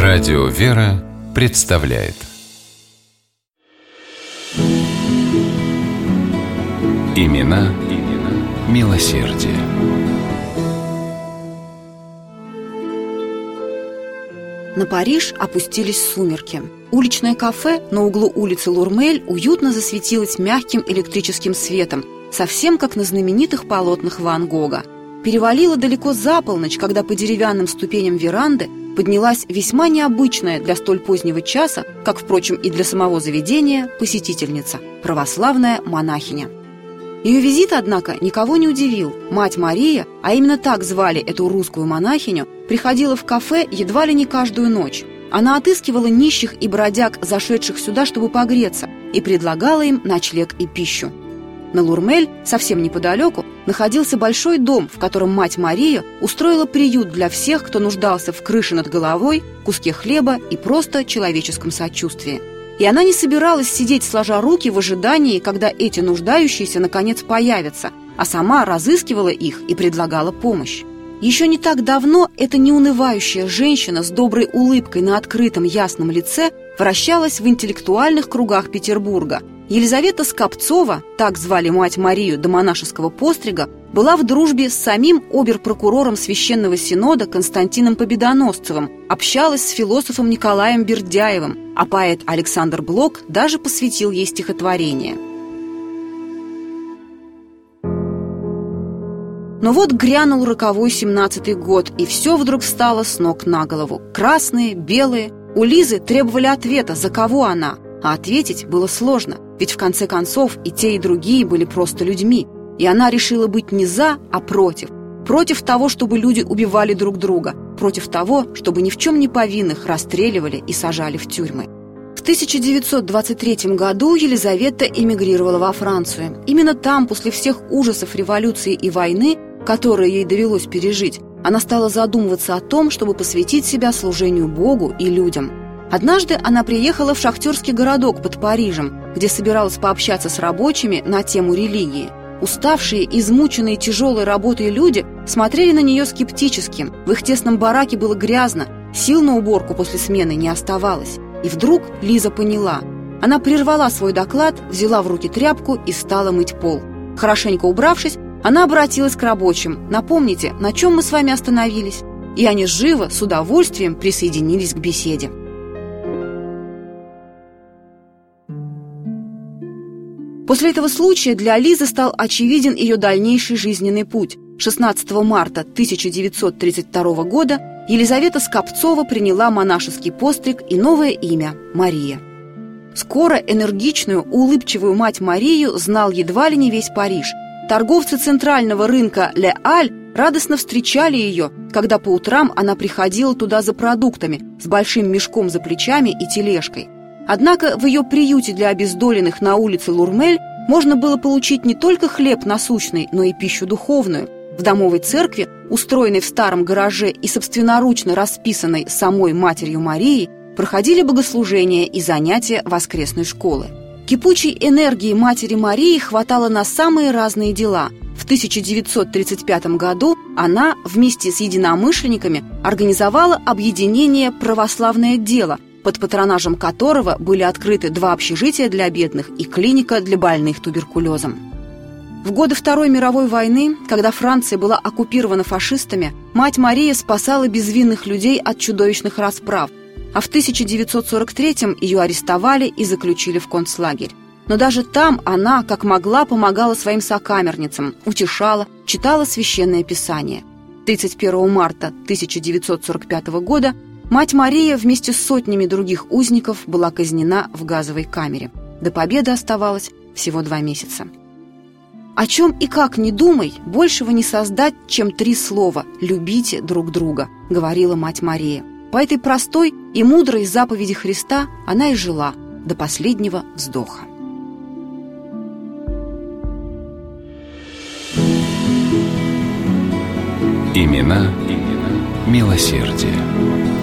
Радио «Вера» представляет Имена милосердия. На Париж опустились сумерки. Уличное кафе на углу улицы Лурмель уютно засветилось мягким электрическим светом, совсем как на знаменитых полотнах Ван Гога. Перевалило далеко за полночь, когда по деревянным ступеням веранды поднялась весьма необычная для столь позднего часа, как, впрочем, и для самого заведения, посетительница – православная монахиня. Ее визит, однако, никого не удивил. Мать Мария, а именно так звали эту русскую монахиню, приходила в кафе едва ли не каждую ночь. Она отыскивала нищих и бродяг, зашедших сюда, чтобы погреться, и предлагала им ночлег и пищу. На Лурмель, совсем неподалеку, находился большой дом, в котором мать Мария устроила приют для всех, кто нуждался в крыше над головой, куске хлеба и просто человеческом сочувствии. И она не собиралась сидеть сложа руки в ожидании, когда эти нуждающиеся наконец появятся, а сама разыскивала их и предлагала помощь. Еще не так давно эта неунывающая женщина с доброй улыбкой на открытом ясном лице вращалась в интеллектуальных кругах Петербурга. Елизавета Скопцова, так звали мать Марию до монашеского пострига, была в дружбе с самим обер-прокурором Священного Синода Константином Победоносцевым, общалась с философом Николаем Бердяевым, а поэт Александр Блок даже посвятил ей стихотворение. Но вот грянул роковой 17-й год, и все вдруг встало с ног на голову. Красные, белые. У Лизы требовали ответа, за кого она. А ответить было сложно, ведь в конце концов и те, и другие были просто людьми. И она решила быть не за, а против. Против того, чтобы люди убивали друг друга. Против того, чтобы ни в чем не повинных расстреливали и сажали в тюрьмы. В 1923 году Елизавета эмигрировала во Францию. Именно там, после всех ужасов революции и войны, которые ей довелось пережить, она стала задумываться о том, чтобы посвятить себя служению Богу и людям. Однажды она приехала в шахтерский городок под Парижем, где собиралась пообщаться с рабочими на тему религии. Уставшие, измученные тяжелой работой люди смотрели на нее скептически. В их тесном бараке было грязно, сил на уборку после смены не оставалось. И вдруг Лиза поняла. Она прервала свой доклад, взяла в руки тряпку и стала мыть пол. Хорошенько убравшись, она обратилась к рабочим. «Напомните, на чем мы с вами остановились?» И они живо, с удовольствием присоединились к беседе. После этого случая для Лизы стал очевиден ее дальнейший жизненный путь. 16 марта 1932 года Елизавета Скопцова приняла монашеский постриг и новое имя – Мария. Скоро энергичную, улыбчивую мать Марию знал едва ли не весь Париж. Торговцы центрального рынка Ле Аль радостно встречали ее, когда по утрам она приходила туда за продуктами с большим мешком за плечами и тележкой. Однако в ее приюте для обездоленных на улице Лурмель можно было получить не только хлеб насущный, но и пищу духовную. В домовой церкви, устроенной в старом гараже и собственноручно расписанной самой Матерью Марией, проходили богослужения и занятия воскресной школы. Кипучей энергии Матери Марии хватало на самые разные дела. В 1935 году она вместе с единомышленниками организовала объединение «Православное дело», под патронажем которого были открыты 2 общежития для бедных и клиника для больных туберкулезом. В годы Второй мировой войны, когда Франция была оккупирована фашистами, мать Мария спасала безвинных людей от чудовищных расправ, а в 1943-м ее арестовали и заключили в концлагерь. Но даже там она, как могла, помогала своим сокамерницам, утешала, читала Священное Писание. 31 марта 1945 года мать Мария вместе с сотнями других узников была казнена в газовой камере. До победы оставалось всего 2 месяца. О чем и как ни думай, большего не создать, чем 3 слова «любите друг друга», говорила мать Мария. По этой простой и мудрой заповеди Христа она и жила до последнего вздоха. Имена милосердия.